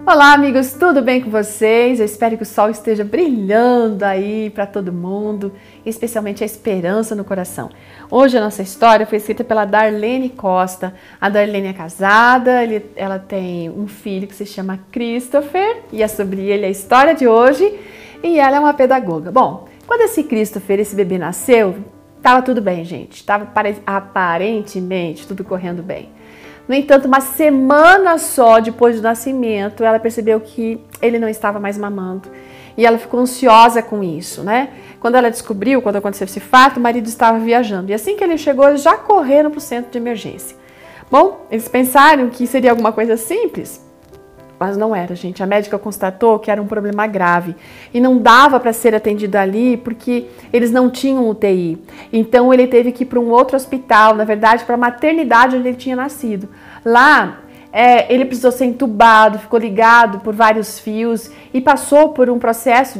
Olá, amigos, tudo bem com vocês? Eu espero que o sol esteja brilhando aí para todo mundo, especialmente a esperança no coração. Hoje a nossa história foi escrita pela Darlene Costa. A Darlene é casada, ela tem um filho que se chama Christopher e é sobre ele a história de hoje, e ela é uma pedagoga. Bom, quando esse Christopher, esse bebê nasceu, estava tudo bem, gente, estava aparentemente tudo correndo bem. No entanto, uma semana só depois do nascimento, ela percebeu que ele não estava mais mamando. E ela ficou ansiosa com isso, né? Quando ela descobriu, quando aconteceu esse fato, o marido estava viajando. E assim que ele chegou, eles já correram para o centro de emergência. Bom, eles pensaram que seria alguma coisa simples, mas não era, gente. A médica constatou que era um problema grave e não dava para ser atendido ali porque eles não tinham UTI. Então ele teve que ir para um outro hospital, na verdade para a maternidade onde ele tinha nascido. Lá ele precisou ser entubado, ficou ligado por vários fios e passou por um processo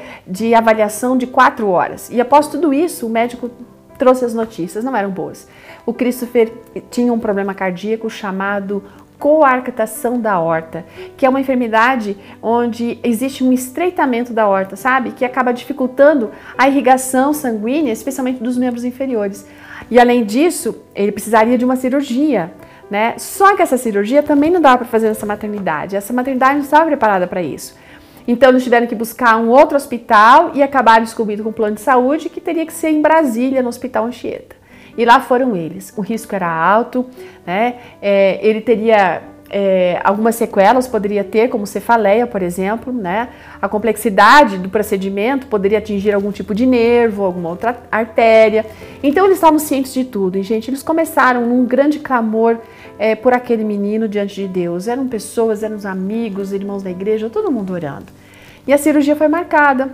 de avaliação de 4 horas. E após tudo isso, o médico trouxe as notícias, não eram boas. O Christopher tinha um problema cardíaco chamado coarctação da aorta, que é uma enfermidade onde existe um estreitamento da aorta, sabe? Que acaba dificultando a irrigação sanguínea, especialmente dos membros inferiores. E além disso, ele precisaria de uma cirurgia, né? Só que essa cirurgia também não dava para fazer nessa maternidade. Essa maternidade não estava preparada para isso. Então eles tiveram que buscar um outro hospital e acabaram descobrindo com um plano de saúde que teria que ser em Brasília, no Hospital Anchieta. E lá foram eles. O risco era alto, né? Ele teria algumas sequelas, poderia ter, como cefaleia, por exemplo, né? A complexidade do procedimento poderia atingir algum tipo de nervo, alguma outra artéria. Então eles estavam cientes de tudo. E, gente, eles começaram num grande clamor por aquele menino diante de Deus. Eram pessoas, eram os amigos, irmãos da igreja, todo mundo orando. E a cirurgia foi marcada.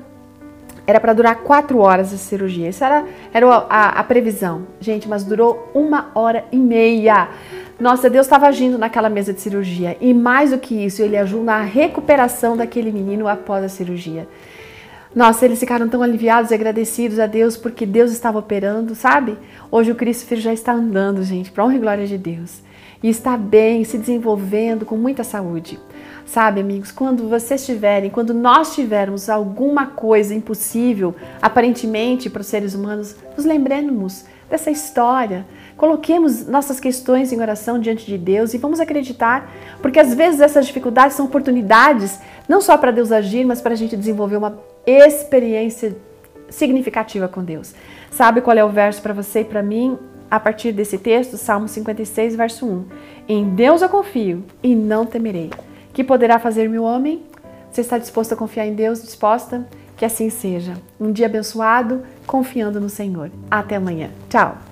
Era para durar 4 horas a cirurgia. Isso era a previsão. Gente, mas durou 1h30. Nossa, Deus estava agindo naquela mesa de cirurgia. E mais do que isso, Ele agiu na recuperação daquele menino após a cirurgia. Nossa, eles ficaram tão aliviados e agradecidos a Deus porque Deus estava operando, sabe? Hoje o Christopher já está andando, gente, para honra e glória de Deus. E está bem, se desenvolvendo com muita saúde. Sabe, amigos, quando nós tivermos alguma coisa impossível, aparentemente para os seres humanos, nos lembremos dessa história. Coloquemos nossas questões em oração diante de Deus e vamos acreditar, porque às vezes essas dificuldades são oportunidades, não só para Deus agir, mas para a gente desenvolver uma experiência significativa com Deus. Sabe qual é o verso para você e para mim? A partir desse texto, Salmo 56, verso 1. Em Deus eu confio e não temerei. Que poderá fazer-me o homem? Você está disposto a confiar em Deus? Disposta? Que assim seja. Um dia abençoado, confiando no Senhor. Até amanhã. Tchau!